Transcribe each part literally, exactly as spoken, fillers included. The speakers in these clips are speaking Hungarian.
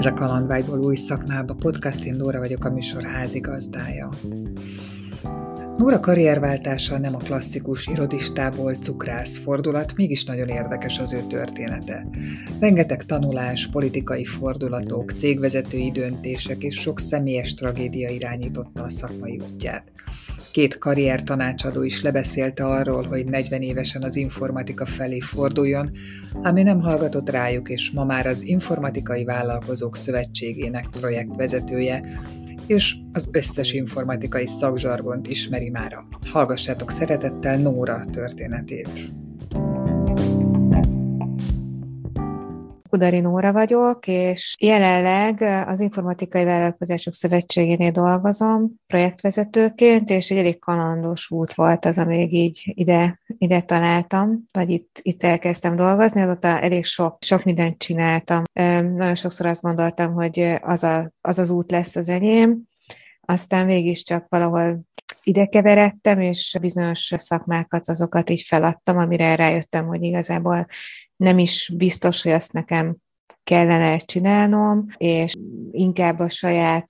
Ez a Kalandvágyból új szakmába podcast, én Dóra vagyok, a műsor házigazdája. Nóra karrierváltása nem a klasszikus irodistából cukrász fordulat, mégis nagyon érdekes az ő története. Rengeteg tanulás, politikai fordulatok, cégvezetői döntések és sok személyes tragédia irányította a szakmai útját. Két karrier tanácsadó is lebeszélte arról, hogy negyven évesen az informatika felé forduljon, ami nem hallgatott rájuk, és ma már az Informatikai Vállalkozók Szövetségének projektvezetője, és az összes informatikai szakzsargont ismeri mára. Hallgassátok szeretettel Nóra történetét. Kudari Nóra vagyok, és jelenleg az Informatikai Vállalkozások Szövetségénél dolgozom projektvezetőként, és egy elég kalandos út volt az, amíg így ide, ide találtam, vagy itt, itt elkezdtem dolgozni, azóta elég sok, sok mindent csináltam. Nagyon sokszor azt gondoltam, hogy az, a, az az út lesz az enyém, aztán mégiscsak valahol ide keveredtem, és bizonyos szakmákat, azokat így feladtam, amire rájöttem, hogy igazából nem is biztos, hogy azt nekem kellene csinálnom, és inkább a saját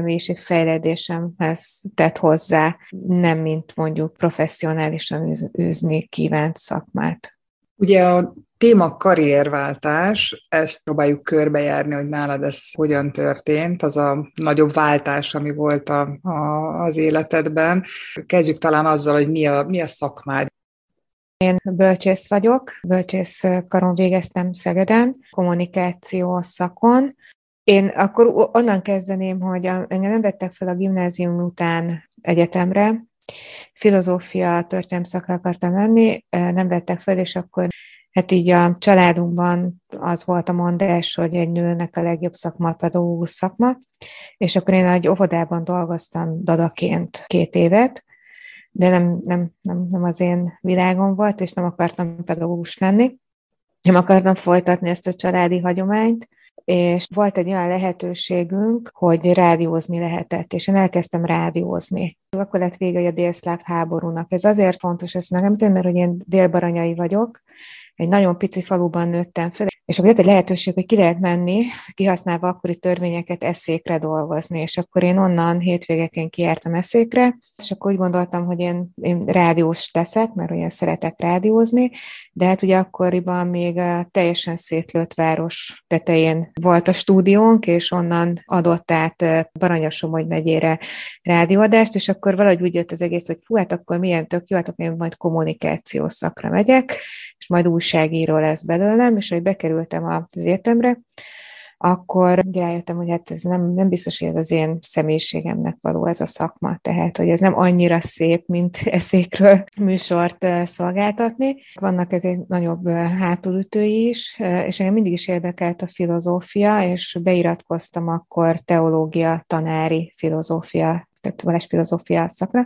személyiségfejlődésemhez tett hozzá, nem mint mondjuk professzionálisan űzni kívánt szakmát. Ugye a téma karrierváltás, ezt próbáljuk körbejárni, hogy nálad ez hogyan történt, az a nagyobb váltás, ami volt a, a, az életedben. Kezdjük talán azzal, hogy mi a, mi a szakmád. Én bölcsész vagyok, bölcsész karon végeztem Szegeden, kommunikáció szakon. Én akkor onnan kezdeném, hogy engem nem vettek fel a gimnázium után egyetemre, filozófia, történelem szakra akartam menni, nem vettek fel, és akkor hát így a családunkban az volt a mondás, hogy egy nőnek a legjobb szakma a pedagógus szakma, és akkor én egy óvodában dolgoztam dadaként két évet, de nem, nem, nem, nem az én világom volt, és nem akartam pedagógus lenni. Nem akartam folytatni ezt a családi hagyományt, és volt egy olyan lehetőségünk, hogy rádiózni lehetett, és én elkezdtem rádiózni. Akkor lett vége a délszláv háborúnak. Ez azért fontos ezt megemlíteni, mert hogy én délbaranyai vagyok, egy nagyon pici faluban nőttem fel, és akkor jött egy lehetőség, hogy ki lehet menni, kihasználva akkori törvényeket eszékre dolgozni, és akkor én onnan hétvégeken kijártam eszékre, és akkor úgy gondoltam, hogy én, én rádiós leszek, mert olyan szeretek rádiózni, de hát ugye akkoriban még a teljesen szétlőtt város tetején volt a stúdiónk, és onnan adott át Baranyasomogy megyére rádióadást, és akkor valahogy úgy jött az egész, hogy hú, hát akkor milyen tök jó, hát akkor én majd kommunikációs szakra megyek, és majd újságíró lesz belőlem, és hogy bekerültem az egyetemre, akkor rájöttem, hogy hát ez nem, nem biztos, hogy ez az én személyiségemnek való ez a szakma, tehát, hogy ez nem annyira szép, mint eszékről műsort szolgáltatni. Vannak ezért nagyobb hátulütői is, és engem mindig is érdekelt a filozófia, és beiratkoztam akkor teológia tanári filozófia, tehát vallásfilozófia szakra.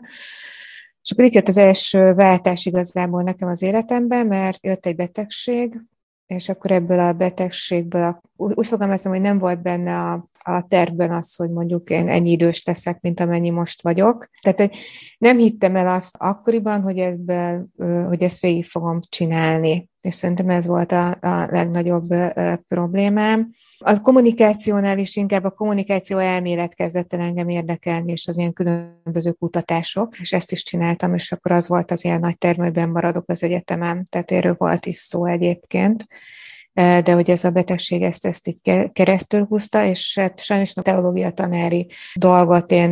És akkor itt jött az első váltás igazából nekem az életemben, mert jött egy betegség, és akkor ebből a betegségből, úgy fogalmaztam, hogy nem volt benne a, a tervben az, hogy mondjuk én ennyi idős leszek, mint amennyi most vagyok. Tehát nem hittem el azt akkoriban, hogy, ebből, hogy ezt végig fogom csinálni. És szerintem ez volt a, a legnagyobb problémám. A kommunikációnál is inkább a kommunikáció elmélet kezdett el engem érdekelni, és az ilyen különböző kutatások, és ezt is csináltam, és akkor az volt az ilyen nagy terv, hogy benn maradok az egyetemen, tehát erről volt is szó egyébként, de hogy ez a betegség ezt, ezt így keresztül húzta, és hát sajnos a teológia tanári dolgot én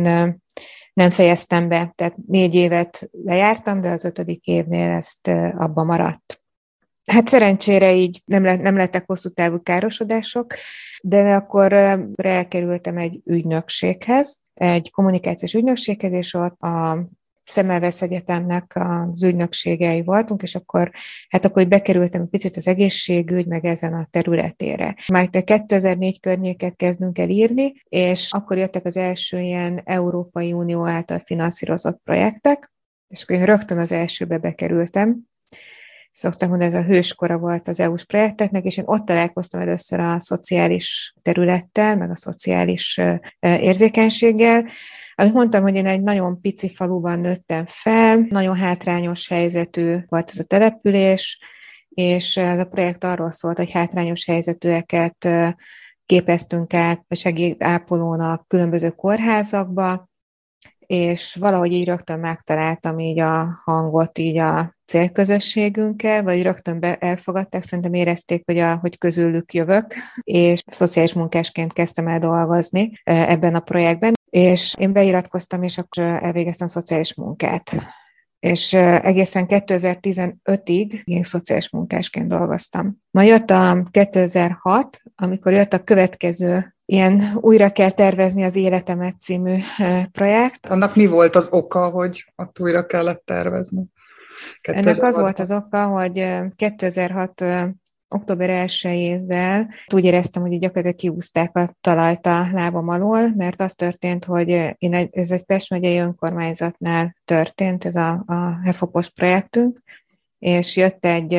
nem fejeztem be, tehát négy évet lejártam, de az ötödik évnél ezt abba maradt. Hát szerencsére így nem, lett, nem lettek hosszú távú károsodások, de akkor elkerültem egy ügynökséghez, egy kommunikációs ügynökséghez, és ott a Semmelweis Egyetemnek az ügynökségei voltunk, és akkor, hát akkor így bekerültem egy picit az egészségügy, meg ezen a területére. Már kétezer-négy környéket kezdünk el írni, és akkor jöttek az első ilyen Európai Unió által finanszírozott projektek, és akkor én rögtön az elsőbe bekerültem. Szoktam mondani, ez a hőskora volt az é u-s projekteknek, és én ott találkoztam először a szociális területtel, meg a szociális érzékenységgel. Amit mondtam, hogy én egy nagyon pici faluban nőttem fel, nagyon hátrányos helyzetű volt ez a település, és ez a projekt arról szólt, hogy hátrányos helyzetűeket képeztünk át segédápolónak különböző kórházakba, és valahogy így rögtön megtaláltam így a hangot így a célközösségünkkel, vagy rögtön be elfogadták, szerintem érezték, hogy, a, hogy közülük jövök, és szociális munkásként kezdtem el dolgozni ebben a projektben, és én beiratkoztam, és akkor elvégeztem szociális munkát. És egészen kétezer-tizenötig én szociális munkásként dolgoztam. Majd jött a kétezer-hat, amikor jött a következő ilyen Újra kell tervezni az életemet című projekt. Annak mi volt az oka, hogy ott újra kellett tervezni? Ennek az volt az oka, hogy kétezer-hat október elsejével úgy éreztem, hogy gyakorlatilag kiúzták a talajt a lábam alól, mert az történt, hogy én egy, ez egy Pest megyei önkormányzatnál történt, ez a, a Hefopos projektünk, és jött egy,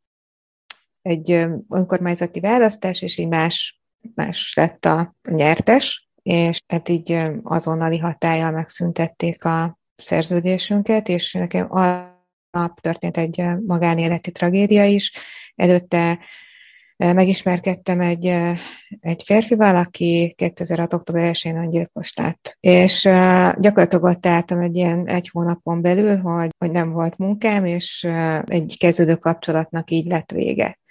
egy önkormányzati választás, és így más, más lett a nyertes, és hát így azonnali hatállyal megszüntették a szerződésünket, és nekem alap történt egy magánéleti tragédia is. Előtte megismerkedtem egy, egy férfival, aki kétezer-hat október elsején öngyilkos lett. És gyakorlatilag ott álltam egy ilyen egy hónapon belül, hogy, hogy nem volt munkám, és egy kezdődő kapcsolatnak így lett vége.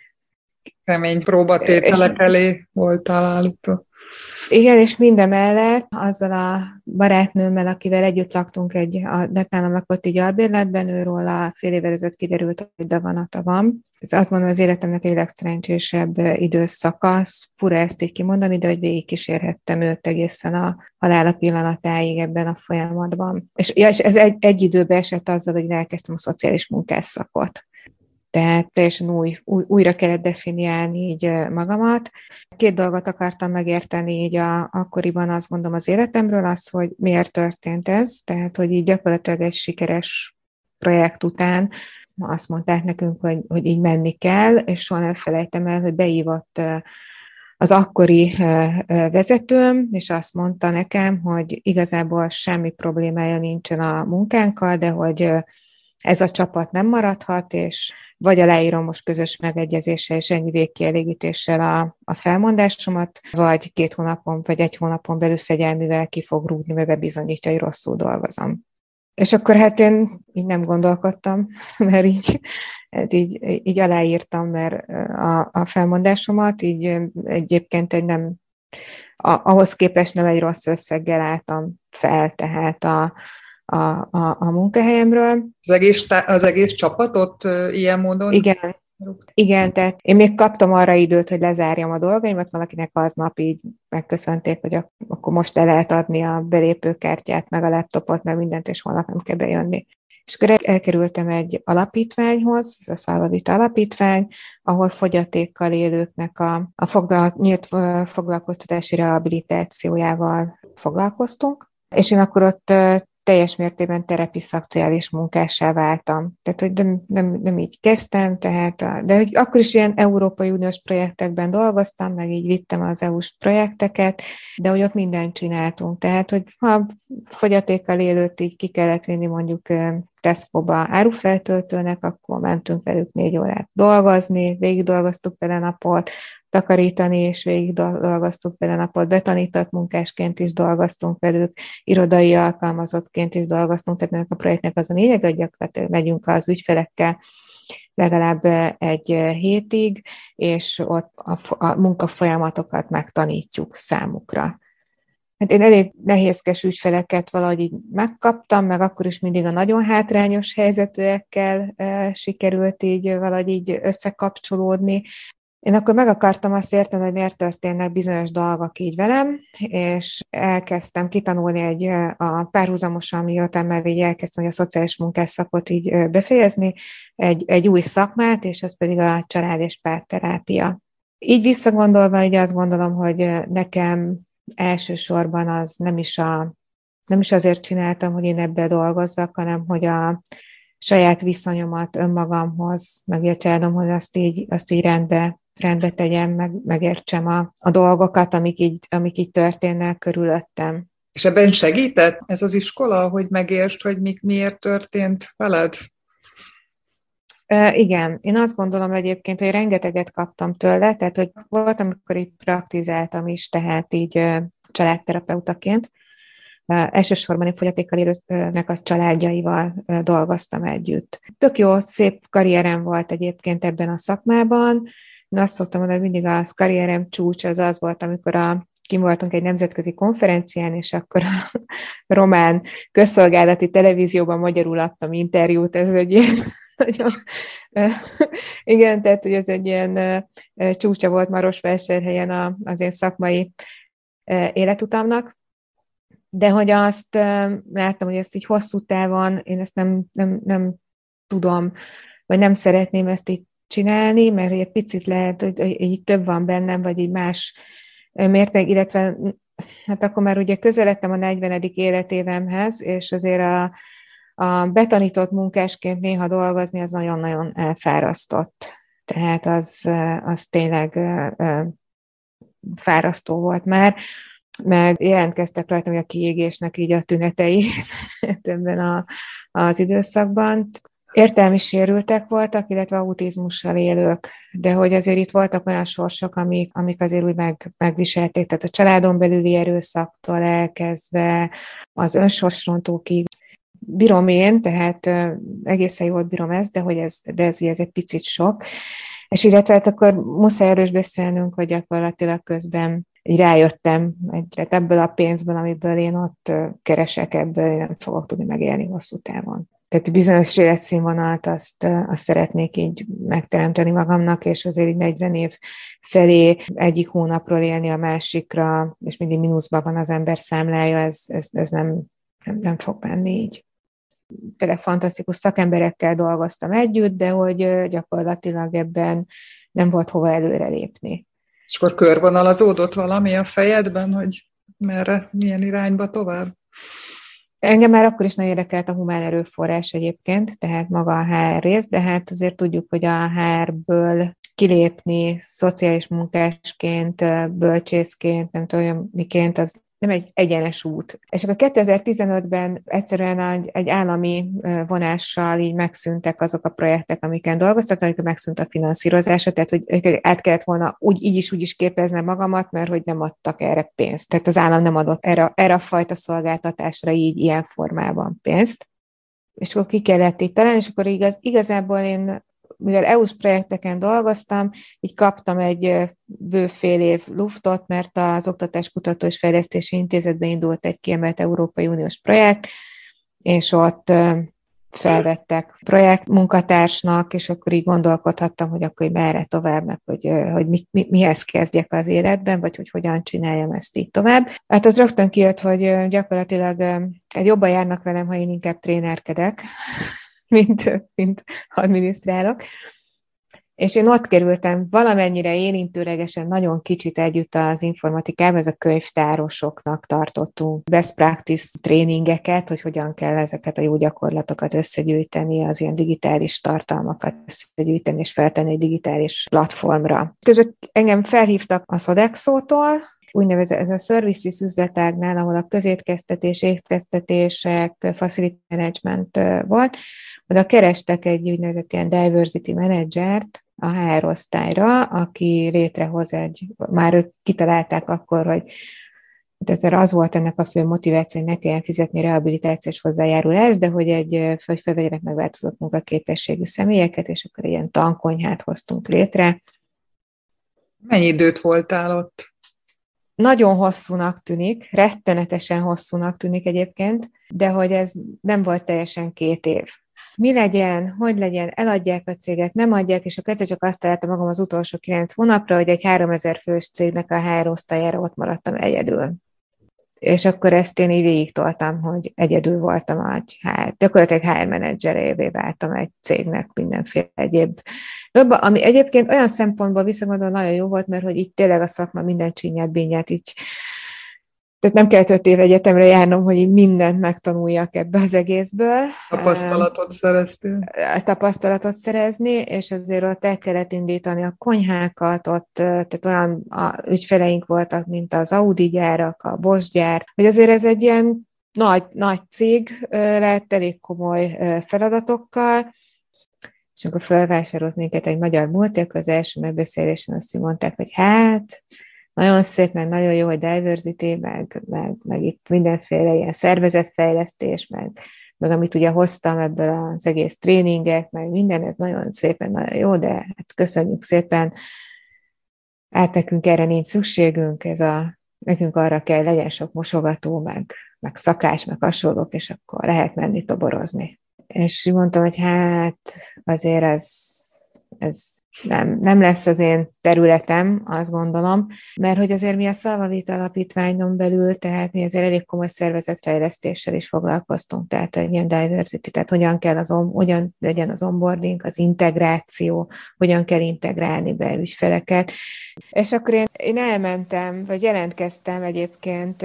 Kemény próbatételek elé voltál állítva. Igen, és mindemellett azzal a barátnőmmel, akivel együtt laktunk, egy, a, de nálam lakott így albérletben, őról a fél évvel ezelőtt kiderült, hogy daganata van. Ez azt mondom, az életemnek egy legszerencsésebb időszaka, fura ezt így kimondani, de hogy végigkísérhettem őt egészen a halála pillanatáig ebben a folyamatban. És, ja, és ez egy, egy időbe esett azzal, hogy elkezdtem a szociális munkásszakot. Tehát teljesen új, új, újra kellett definiálni így magamat. Két dolgot akartam megérteni így a, akkoriban, azt gondolom, az életemről, az, hogy miért történt ez, tehát hogy így gyakorlatilag egy sikeres projekt után azt mondták nekünk, hogy, hogy így menni kell, és soha nem felejtem el, hogy beívott az akkori vezetőm, és azt mondta nekem, hogy igazából semmi problémája nincsen a munkánkkal, de hogy ez a csapat nem maradhat, és vagy aláírom most közös megegyezéssel és ennyi végkielégítéssel a, a felmondásomat, vagy két hónapon, vagy egy hónapon belül fegyelmivel ki fog rúgni, mert bebizonyítja, hogy rosszul dolgozom. És akkor hát én így nem gondolkodtam, mert így, hát így, így aláírtam, mert a, a felmondásomat, így egyébként egy nem, a, ahhoz képest nem egy rossz összeggel álltam fel, tehát a A, a, a munkahelyemről. Az egész, az egész csapatot uh, ilyen módon? Igen, igen, tehát én még kaptam arra időt, hogy lezárjam a dolgaimat, valakinek aznap így megköszönték, hogy akkor most le lehet adni a belépőkártyát, meg a laptopot, meg mindent, és holnap nem kell bejönni. És akkor elkerültem egy alapítványhoz, ez a Szalvavita Alapítvány, ahol fogyatékkal élőknek a, a foglal, nyílt foglalkoztatási rehabilitációjával foglalkoztunk, és én akkor ott teljes mértékben terepi szociális munkássá váltam. Tehát, hogy nem, nem, nem így kezdtem, tehát, a, de hogy akkor is ilyen Európai Uniós projektekben dolgoztam, meg így vittem az é u-s projekteket, de hogy ott mindent csináltunk. Tehát, hogy ha fogyatékkal élőt így ki kellett vinni mondjuk Tesco-ba árufeltöltőnek, akkor mentünk velük négy órát dolgozni, végig dolgoztuk vele napot, takarítani, és végig dolgoztuk vele napot, betanított munkásként is dolgoztunk velük, irodai alkalmazottként is dolgoztunk, tehát ennek a projektnek az a lényeg, hogy gyakorlatilag megyünk az ügyfelekkel legalább egy hétig, és ott a, a munkafolyamatokat megtanítjuk számukra. Hát én elég nehézkes ügyfeleket valahogy így megkaptam, meg akkor is mindig a nagyon hátrányos helyzetűekkel e, sikerült így valahogy így összekapcsolódni. Én akkor meg akartam azt érteni, hogy miért történnek bizonyos dolgok így velem, és elkezdtem kitanulni egy, a párhuzamosan, miután már így elkezdtem, hogy a szociális munkásszakot így befejezni, egy, egy új szakmát, és ez pedig a család- és párterápia. Így visszagondolva, így azt gondolom, hogy nekem elsősorban az nem is, a, nem is azért csináltam, hogy én ebbe dolgozzak, hanem hogy a saját viszonyomat önmagamhoz, meg a családomhoz azt így, azt így rendbe, rendbe tegyem, meg, megértsem a, a dolgokat, amik így, amik így történnek körülöttem. És ebben segített ez az iskola, hogy megértsd, hogy mi, miért történt veled? Uh, igen, én azt gondolom egyébként, hogy rengeteget kaptam tőle, tehát hogy volt, amikor így praktizáltam is, tehát így uh, családterapeutaként. Uh, elsősorban én fogyatékkal élőknek a családjaival uh, dolgoztam együtt. Tök jó, szép karrierem volt egyébként ebben a szakmában. Én azt szoktam mondani, hogy mindig az karrierem csúcs az az volt, amikor a kim voltunk egy nemzetközi konferencián, és akkor a román közszolgálati televízióban magyarul adtam interjút, ez egy ilyen nagyon, igen, tehát hogy ez egy ilyen csúcsa volt Marosvásárhelyen az én szakmai életutamnak, de hogy azt láttam, hogy ezt így hosszú távon, én ezt nem, nem, nem tudom, vagy nem szeretném ezt így csinálni, mert hogy egy picit lehet, hogy így több van bennem, vagy így más mérték, illetve hát akkor már ugye közeledtem a negyvenedik életévemhez, és azért a, a betanított munkásként néha dolgozni, az nagyon-nagyon elfárasztott. Tehát az, az tényleg fárasztó volt már, meg jelentkeztek rajtam a kiégésnek így a tünetei ebben a, az időszakban. Értelmi sérültek voltak, illetve autizmussal élők, de hogy azért itt voltak olyan sorsok, amik, amik azért úgy meg, megviselték, tehát a családon belüli erőszaktól elkezdve az önsorsrontókig. Bírom én, tehát egészen jól bírom ezt, de hogy ez, de ez, ez egy picit sok. És illetve hát akkor muszáj erről is beszélnünk, hogy gyakorlatilag közben így rájöttem, hogy ebből a pénzből, amiből én ott keresek, ebből én nem fogok tudni megélni hosszú távon. Tehát bizonyos életszínvonalat azt, azt szeretnék így megteremteni magamnak, és azért így negyven év felé egyik hónapról élni a másikra, és mindig mínuszban van az ember számlája, ez, ez, ez nem, nem, nem fog menni így. Tényleg fantasztikus szakemberekkel dolgoztam együtt, de hogy gyakorlatilag ebben nem volt hova előrelépni. És akkor körvonalazódott valami a fejedben, hogy merre, milyen irányba tovább? Engem már akkor is nagyon érdekelt a humán erőforrás egyébként, tehát maga a há er rész, de hát azért tudjuk, hogy a há er-ből kilépni szociális munkásként, bölcsészként, nem tudom miként, az nem egy egyenes út. És akkor kétezer-tizenötben egyszerűen egy állami vonással így megszűntek azok a projektek, amiken dolgoztattam, amikor megszűnt a finanszírozása, tehát hogy át kellett volna úgy, így is úgy is képeznem magamat, mert hogy nem adtak erre pénzt. Tehát az állam nem adott erre, erre a fajta szolgáltatásra így ilyen formában pénzt. És akkor ki kellett így találni, és akkor igaz, igazából én, mivel é u-s projekteken dolgoztam, így kaptam egy bő fél év luftot, mert az Oktatás Kutató és Fejlesztési Intézetben indult egy kiemelt Európai Uniós projekt, és ott felvettek projektmunkatársnak, és akkor így gondolkodhattam, hogy akkor merre tovább, meg hogy, hogy mi, mi, mihez kezdjek az életben, vagy hogy hogyan csináljam ezt így tovább. Hát az rögtön kijött, hogy gyakorlatilag jobban járnak velem, ha én inkább trénerkedek, mint, mint adminisztrálok. És én ott kerültem valamennyire érintőlegesen, nagyon kicsit együtt az informatikában, ez a könyvtárosoknak tartottunk best practice tréningeket, hogy hogyan kell ezeket a jó gyakorlatokat összegyűjteni, az ilyen digitális tartalmakat összegyűjteni és feltenni egy digitális platformra. Közben engem felhívtak a Sodexo-tól, úgynevezett ez a services üzletágnál, ahol a közétkeztetés, étkeztetések, facility management volt, oda kerestek egy úgynevezett ilyen diversity managert a há er osztályra, aki létrehoz egy, már ők kitalálták akkor, hogy ezzel az volt ennek a fő motiváció, hogy ne kelljen fizetni rehabilitációs hozzájárulás, de hogy egy, hogy felvegyenek megváltozott munkaképességű személyeket, és akkor ilyen tankonyhát hoztunk létre. Mennyi időt voltál ott? Nagyon hosszúnak tűnik, rettenetesen hosszúnak tűnik egyébként, de hogy ez nem volt teljesen két év. Mi legyen, hogy legyen, eladják a céget, nem adják, és akkor egyszer csak azt találtam magam az utolsó kilenc hónapra, hogy egy háromezer fős cégnek a há er osztályára ott maradtam egyedül. És akkor ezt én így végig toltam, hogy egyedül voltam egy há er, gyakorlatilag há er menedzserévé váltam egy cégnek mindenféle egyéb dolgba, ami egyébként olyan szempontból visszagondolva nagyon jó volt, mert hogy itt tényleg a szakma minden csinyát, bényát így, tehát nem kellett öt év egyetemre járnom, hogy így mindent megtanuljak ebbe az egészből. Tapasztalatot szereztél? Tapasztalatot szerezni, és azért ott el kellett indítani a konyhákat, ott tehát olyan a ügyfeleink voltak, mint az Audi gyárak, a Bosch gyár, hogy azért ez egy ilyen nagy, nagy cég lett, elég komoly feladatokkal, és amikor felvásárolt minket egy magyar multi, akkor az első megbeszélésen azt így mondták, hogy hát, nagyon szép, meg nagyon jó, hogy diversity, meg, meg, meg itt mindenféle ilyen szervezetfejlesztés, meg, meg amit ugye hoztam ebből az egész tréninget, meg minden, ez nagyon szépen, nagyon jó, de hát köszönjük szépen, hát nekünk erre nincs szükségünk, ez a, nekünk arra kell, legyen sok mosogató, meg, meg szakás, meg hasonlók, és akkor lehet menni toborozni. És mondtam, hogy hát azért ez, ez nem, nem lesz az én területem, azt gondolom, mert hogy azért mi a Szalvavit Alapítványon belül, tehát mi azért elég komoly szervezetfejlesztéssel is foglalkoztunk, tehát egy ilyen diversity, tehát hogyan kell az, hogyan legyen az onboarding, az integráció, hogyan kell integrálni be ügyfeleket. És akkor én, én elmentem, vagy jelentkeztem egyébként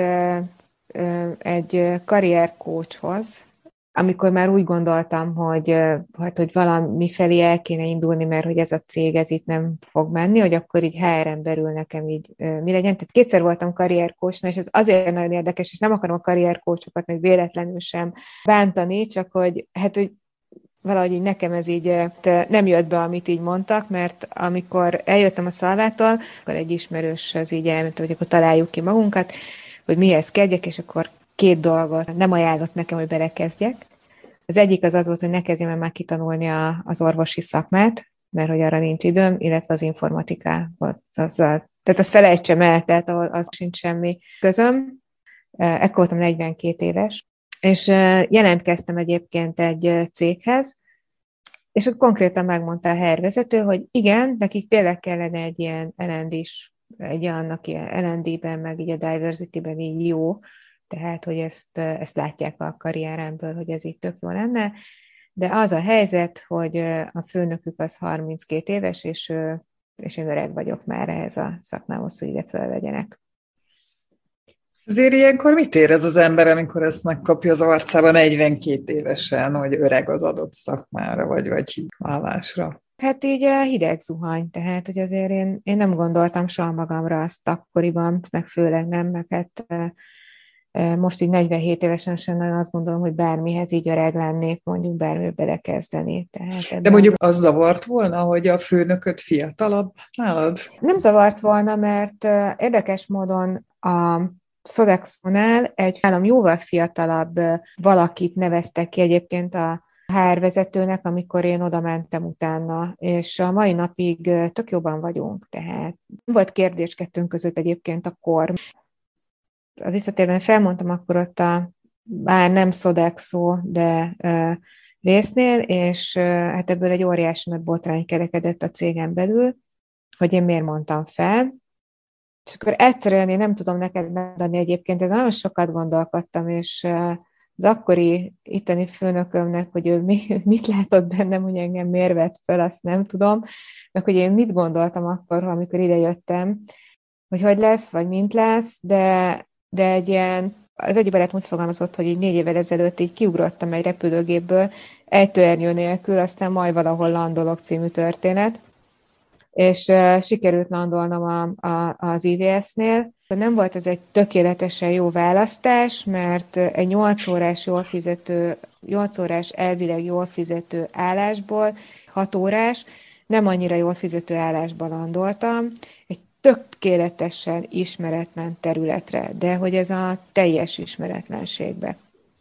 egy karriercoachhoz, amikor már úgy gondoltam, hogy, hát, hogy valami felé el kéne indulni, mert hogy ez a cég, ez itt nem fog menni, hogy akkor így há er-en belül nekem így mi legyen. Tehát kétszer voltam karriercoachnál, és ez azért nagyon érdekes, és nem akarom a karriercoachokat meg véletlenül sem bántani, csak hogy hát, hogy valahogy így nekem ez így nem jött be, amit így mondtak, mert amikor eljöttem a Szalvától, akkor egy ismerős az így elmondta, hogy akkor találjuk ki magunkat, hogy mihez kezdjek, és akkor két dolgot nem ajánlott nekem, hogy belekezdjek. Az egyik az az volt, hogy ne kezdjem el már kitanulni a, az orvosi szakmát, mert hogy arra nincs időm, illetve az informatikával. Azzal. Tehát azt felejtsem el, tehát az sincs semmi közöm. Ekkor voltam negyvenkét éves, és jelentkeztem egyébként egy céghez, és ott konkrétan megmondta a há er vezető, hogy igen, nekik tényleg kellene egy ilyen el en dés, egy annak ilyen el en dében, meg így a diversity-ben így jó, tehát, hogy ezt, ezt látják a karrieremből, hogy ez így tök jó lenne, de az a helyzet, hogy a főnökük az harminckét éves, és, és én öreg vagyok már ehhez a szakmához, hogy ide fölvegyenek. Azért ilyenkor mit érez az ember, amikor ezt megkapja az arcába negyvenkét évesen, hogy öreg az adott szakmára, vagy, vagy állásra? Hát így hideg zuhany, tehát, hogy azért én, én nem gondoltam soha magamra azt akkoriban, meg főleg nem, meg hát most így negyvenhét évesen sem nagyon azt gondolom, hogy bármihez így öreg lennék, mondjuk bármibe belekezdeni. Tehát de mondjuk az zavart volna, hogy a főnököd fiatalabb nálad? Nem zavart volna, mert érdekes módon a Sodexonál egy nálam jóval fiatalabb valakit neveztek ki egyébként a há er vezetőnek, amikor én oda mentem utána, és a mai napig tök jóban vagyunk, tehát volt kérdés kettőnk között egyébként a kor. A visszatérben felmondtam akkor ott a bár nem Sodexo, de uh, résznél, és uh, hát ebből egy óriási nagy botrány kerekedett a cégen belül, hogy én miért mondtam fel. És akkor egyszerűen én nem tudom neked mondani egyébként, ez nagyon sokat gondolkodtam, és uh, az akkori itteni főnökömnek, hogy ő mi, mit látott bennem, hogy engem miért vett fel, azt nem tudom, meg hogy én mit gondoltam akkor, amikor idejöttem, hogy hogy lesz, vagy mint lesz, de de egy ilyen, az egyik barát úgy fogalmazott, hogy így négy évvel ezelőtt így kiugrottam egy repülőgépből, ejtőernyő nélkül, aztán majd valahol landolok című történet, és uh, sikerült landolnom a, a, az i vé es-nél. Nem volt ez egy tökéletesen jó választás, mert egy nyolc órás jól fizető, nyolc órás elvileg jól fizető állásból, hat órás, nem annyira jól fizető állásban landoltam, egy tökéletesen ismeretlen területre, de hogy ez a teljes ismeretlenségbe.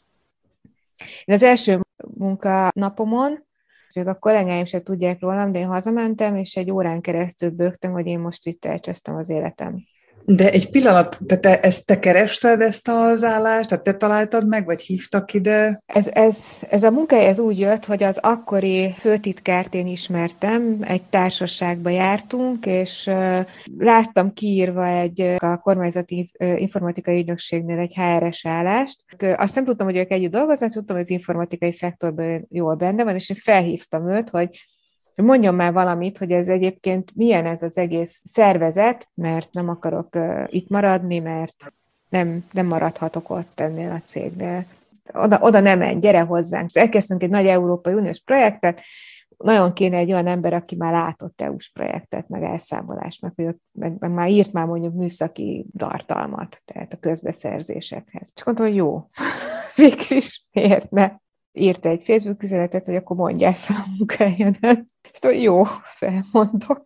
Én az első munkanapomon, még a kollégáim se tudják rólam, de én hazamentem, és egy órán keresztül bőgtem, hogy én most itt elcsesztem az életem. De egy pillanat, te, ezt te kerested, ezt az állást? Tehát te találtad meg, vagy hívtak ide? Ez, ez, ez a munkahely ez úgy jött, hogy az akkori főtitkárt én ismertem, egy társaságba jártunk, és uh, láttam kiírva egy a kormányzati uh, informatikai ügynökségnél egy há er-es állást. Azt nem tudtam, hogy ők együtt dolgoznak, tudtam, hogy az informatikai szektorban jól benne van, és én felhívtam őt, hogy mondjon már valamit, hogy ez egyébként milyen ez az egész szervezet, mert nem akarok uh, itt maradni, mert nem, nem maradhatok ott ennél a cégnél. Oda, oda nem menj, gyere hozzánk. És elkezdtünk egy nagy Európai Uniós projektet, nagyon kéne egy olyan ember, aki már látott é u-s projektet, meg elszámolást, meg, meg, meg, meg már írt már mondjuk műszaki tartalmat, tehát a közbeszerzésekhez. Csak mondtam, hogy jó, végül is miért ne? írt egy Facebook üzenetet, hogy akkor mondjál fel a munkahelyedet. És tudom, jó, felmondok.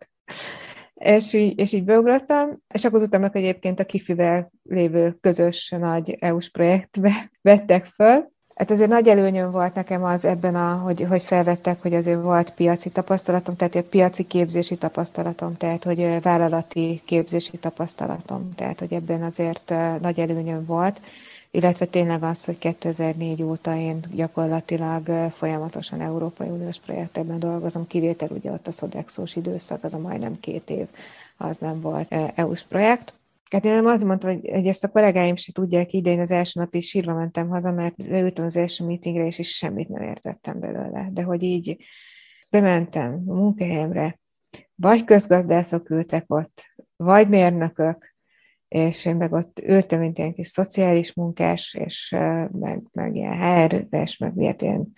És így, és így beugrottam, és akkor tudtam meg, hogy egyébként a Kifivel lévő közös nagy é u-s projektbe vettek föl. Hát azért nagy előnyöm volt nekem az ebben, a, hogy, hogy felvettek, hogy azért volt piaci tapasztalatom, tehát egy piaci képzési tapasztalatom, tehát hogy vállalati képzési tapasztalatom, tehát hogy ebben azért nagy előnyöm volt, illetve tényleg az, hogy kétezer-négy óta én gyakorlatilag folyamatosan Európai Uniós projektekben dolgozom, kivétel ugye ott a Sodexo-s időszak, az a majdnem két év, az nem volt é u-s projekt. Hát én azt mondtam, hogy, hogy ezt a kollégáim se tudják, idén az első nap is sírva mentem haza, mert leültem az első meetingre, és is semmit nem értettem belőle. De hogy így bementem a munkahelyemre, vagy közgazdászok ültek ott, vagy mérnökök, és én meg ott ültem, mint ilyen kis szociális munkás, és meg, meg ilyen há er-es, meg miért ilyen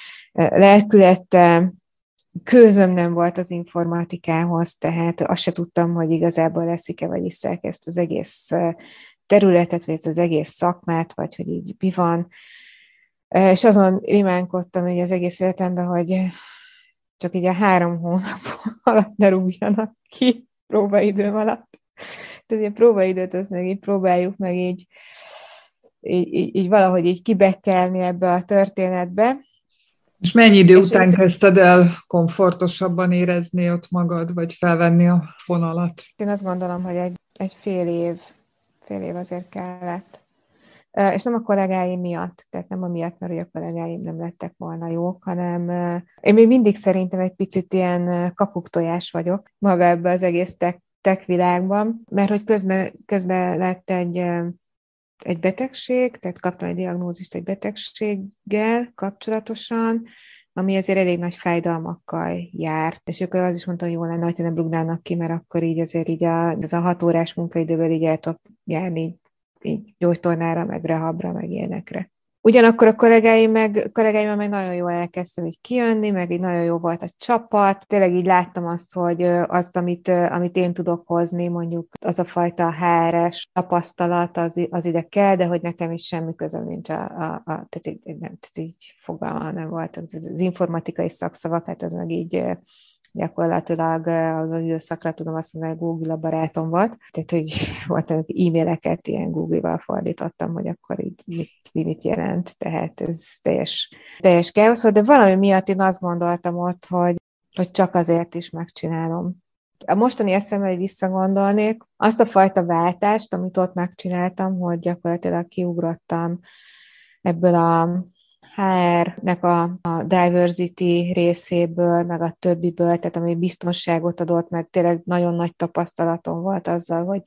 lelkülettel, közöm nem volt az informatikához, tehát azt se tudtam, hogy igazából leszik-e, vagy isszák ezt az egész területet, vagy ezt az egész szakmát, vagy hogy így mi van. És azon rimánkodtam így az egész életemben, hogy csak így a három hónap alatt ne rúgjanak ki próbaidőm alatt. Tehát a próbaidőt azt meg így próbáljuk meg így, így, így, így valahogy így kibekkelni ebbe a történetbe. És mennyi idő és után én... kezdted el komfortosabban érezni ott magad, vagy felvenni a fonalat? Én azt gondolom, hogy egy, egy fél év, fél év azért kellett. És nem a kollégáim miatt, tehát nem amiatt, mert a kollégáim nem lettek volna jók, hanem én még mindig szerintem egy picit ilyen kapuktojás vagyok maga ebbe az egész tech, tech világban, mert hogy közben, közben lett egy, egy betegség, tehát kaptam egy diagnózist egy betegséggel kapcsolatosan, ami azért elég nagy fájdalmakkal járt. És akkor az is mondta, hogy jó lenne, hogyha nem rúgnának ki, mert akkor így azért így a, ez a hat órás munkaidővel így el tudok járni így gyógytornára, meg rehabra, meg ilyenekre. Ugyanakkor a kollégáim meg, kollégáim meg nagyon jól elkezdtem így kijönni, meg így nagyon jó volt a csapat. Tényleg így láttam azt, hogy azt, amit, amit én tudok hozni, mondjuk az a fajta há er-es tapasztalat, az, az ide kell, de hogy nekem is semmi közöm nincs a, a, a tehát, így, nem, tehát így fogalma nem volt. Az, az informatikai szakszavak, hát az meg így gyakorlatilag az időszakra tudom azt mondani, hogy Google a barátom volt. Tehát, hogy voltam, e-maileket ilyen Google-val fordítottam, hogy akkor így mit, mit jelent. Tehát ez teljes, teljes káosz volt, de valami miatt én azt gondoltam ott, hogy, hogy csak azért is megcsinálom. A mostani eszembe, hogy visszagondolnék, azt a fajta váltást, amit ott megcsináltam, hogy gyakorlatilag kiugrottam ebből a há er-nek a, a diversity részéből, meg a többiből, tehát ami biztonságot adott, meg tényleg nagyon nagy tapasztalatom volt azzal, hogy,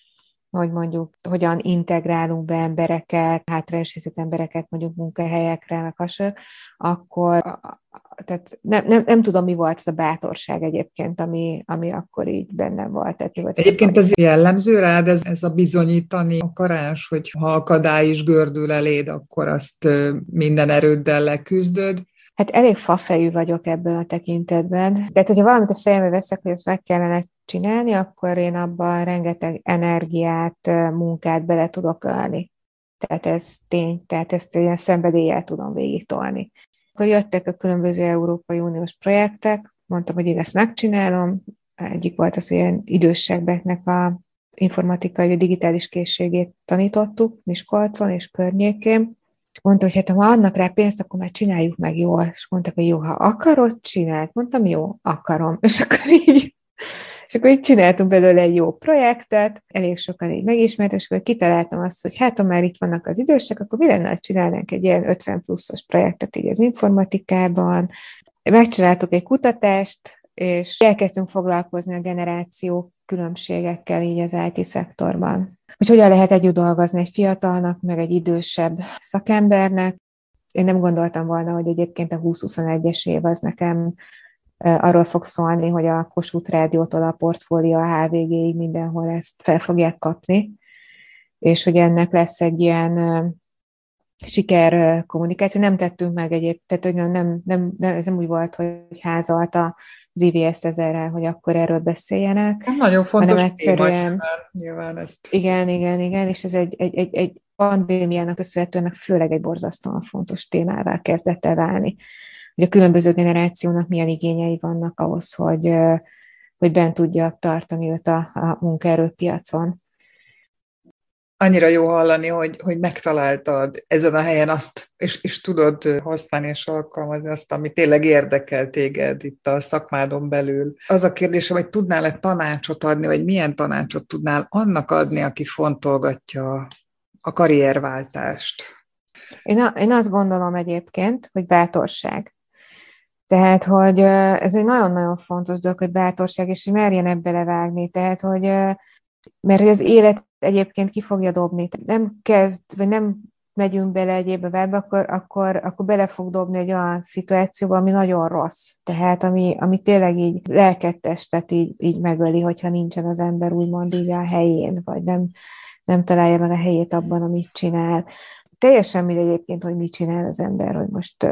hogy mondjuk hogyan integrálunk be embereket, hátrányos helyzetű embereket mondjuk munkahelyekre, meg hasonló, akkor tehát nem, nem, nem tudom, mi volt ez a bátorság egyébként, ami, ami akkor így bennem volt. Tehát volt egyébként ez jellemző rád, ez, ez a bizonyítani akarás, hogy ha akadály is gördül eléd, akkor azt minden erőddel leküzdöd. Hát elég fafejű vagyok ebben a tekintetben. Tehát, hogyha valamit a fejembe veszek, hogy ezt meg kellene csinálni, akkor én abban rengeteg energiát, munkát bele tudok ölni. Tehát ez tény, tehát ezt ilyen szenvedéllyel tudom végig tolni. Akkor jöttek a különböző Európai Uniós projektek, mondtam, hogy én ezt megcsinálom. Egyik volt az, hogy ilyen idősebbeknek a informatikai, vagy digitális készségét tanítottuk Miskolcon és környékén. És mondta, hogy hát ha adnak rá pénzt, akkor már csináljuk meg jól. És mondtak, hogy jó, ha akarod, csináld. Mondtam, jó, akarom. És akkor így, és akkor így csináltunk belőle egy jó projektet, elég sokan így megismert, és akkor kitaláltam azt, hogy hát ha már itt vannak az idősek, akkor mi lenne, ha csinálnánk egy ilyen ötven pluszos projektet így az informatikában. Megcsináltuk egy kutatást, és elkezdtünk foglalkozni a generáció különbségekkel így az i té szektorban. Hogy hogyan lehet együtt dolgozni egy fiatalnak, meg egy idősebb szakembernek. Én nem gondoltam volna, hogy egyébként a húsz-huszonegyes év az nekem arról fog szólni, hogy a Kossuth Rádiótól a Portfólió a há vé gé-ig mindenhol ezt fel fogják kapni, és hogy ennek lesz egy ilyen siker kommunikáció. Nem tettünk meg egyébként, tehát hogy nem, nem, nem, ez nem úgy volt, hogy házalt az i vé es ezerrel, hogy akkor erről beszéljenek. Nagyon fontos egyszerűen, téma, nyilván, nyilván ezt. Igen, igen, igen, és ez egy, egy, egy, egy pandémiának köszönhetően főleg egy borzasztóan fontos témává kezdett el válni. Hogy a különböző generációnak milyen igényei vannak ahhoz, hogy, hogy bent tudja tartani őt a, a munkaerőpiacon. Annyira jó hallani, hogy, hogy megtaláltad ezen a helyen azt, és, és tudod használni és alkalmazni azt, ami tényleg érdekel téged itt a szakmádon belül. Az a kérdésem, hogy tudnál-e tanácsot adni, vagy milyen tanácsot tudnál annak adni, aki fontolgatja a karrierváltást? Én, a, én azt gondolom egyébként, hogy bátorság. Tehát, hogy ez egy nagyon-nagyon fontos dolog, hogy bátorság, és hogy merjen ebbe levágni. Tehát, hogy mert az élet egyébként ki fogja dobni. Nem kezd, vagy nem megyünk bele egyéb webbe, akkor, akkor, akkor bele fog dobni egy olyan szituációba, ami nagyon rossz. Tehát, ami, ami tényleg így lelket, testet így, így megöli, hogyha nincsen az ember úgymond így a helyén, vagy nem, nem találja meg a helyét abban, amit csinál. Teljesen mindegy egyébként, hogy mit csinál az ember, hogy most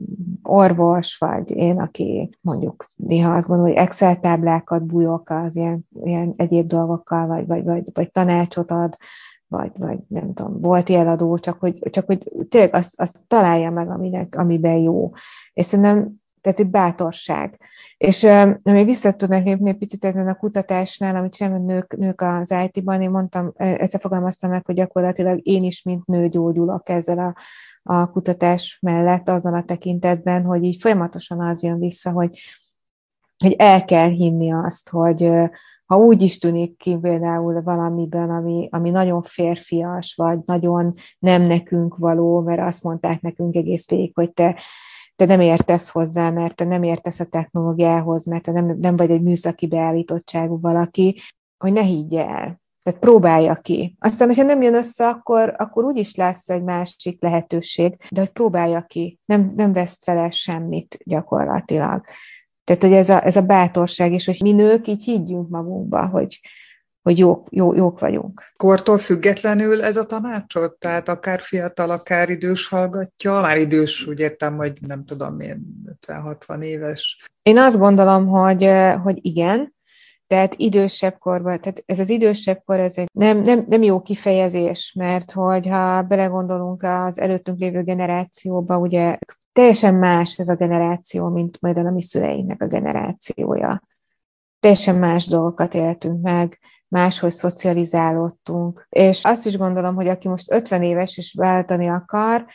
orvos, vagy én, aki mondjuk néha azt gondolom, hogy Excel táblákat bújok az ilyen, ilyen egyéb dolgokkal, vagy, vagy, vagy, vagy tanácsot ad, vagy, vagy nem tudom, volt eladó, csak hogy, csak hogy tényleg azt, azt találja meg, aminek, amiben jó. És szerintem, tehát egy bátorság. És még vissza tudnak lépni egy picit ezen a kutatásnál, amit sem nők, nők az í té-ban, én mondtam, ezzel fogalmaztam meg, hogy gyakorlatilag én is, mint nő gyógyulok ezzel a, a kutatás mellett azon a tekintetben, hogy így folyamatosan az jön vissza, hogy, hogy el kell hinni azt, hogy ha úgy is tűnik ki például valamiben, ami, ami nagyon férfias, vagy nagyon nem nekünk való, mert azt mondták nekünk egész végig, hogy te te nem értesz hozzá, mert te nem értesz a technológiához, mert te nem, nem vagy egy műszaki beállítottságú valaki, hogy ne higgy el. Tehát próbálja ki. Aztán, hogyha nem jön össze, akkor, akkor úgyis lesz egy másik lehetőség, de hogy próbálja ki. Nem, nem veszt vele semmit gyakorlatilag. Tehát, hogy ez a, ez a bátorság, és hogy mi nők így higgyünk magunkba, hogy, hogy jók, jó, jók vagyunk. Kortól függetlenül ez a tanácsot? Tehát akár fiatal, akár idős hallgatja? Már idős, úgy értem, hogy nem tudom én, ötven-hatvan éves. Én azt gondolom, hogy, hogy igen, tehát idősebb korban, tehát ez az idősebb kor, ez egy nem, nem, nem jó kifejezés, mert hogyha belegondolunk az előttünk lévő generációba, ugye teljesen más ez a generáció, mint majd a mi szüleinknek a generációja. Teljesen más dolgokat éltünk meg, máshogy szocializálódtunk. És azt is gondolom, hogy aki most ötven éves és váltani akar,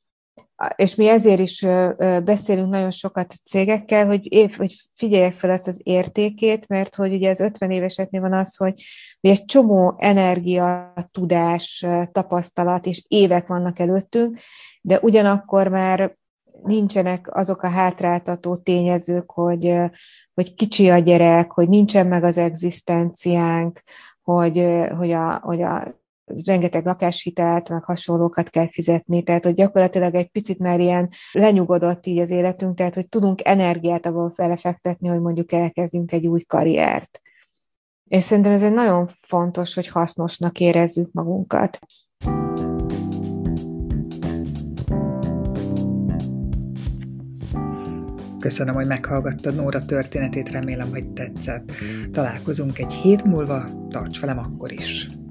és mi ezért is beszélünk nagyon sokat a cégekkel, hogy, év, hogy figyeljek fel ezt az értékét, mert hogy ugye az ötven éveseknél van az, hogy, hogy egy csomó energia, tudás, tapasztalat és évek vannak előttünk, de ugyanakkor már nincsenek azok a hátráltató tényezők, hogy hogy kicsi a gyerek, hogy nincsen meg az egzisztenciánk, hogy, hogy, a, hogy a rengeteg lakáshitelt, meg hasonlókat kell fizetni, tehát hogy gyakorlatilag egy picit már ilyen lenyugodott így az életünk, tehát hogy tudunk energiát abban belefektetni, hogy mondjuk elkezdjünk egy új karriert. És szerintem ez egy nagyon fontos, hogy hasznosnak érezzük magunkat. Köszönöm, hogy meghallgattad Nóra történetét, remélem, hogy tetszett. Találkozunk egy hét múlva, tarts velem akkor is!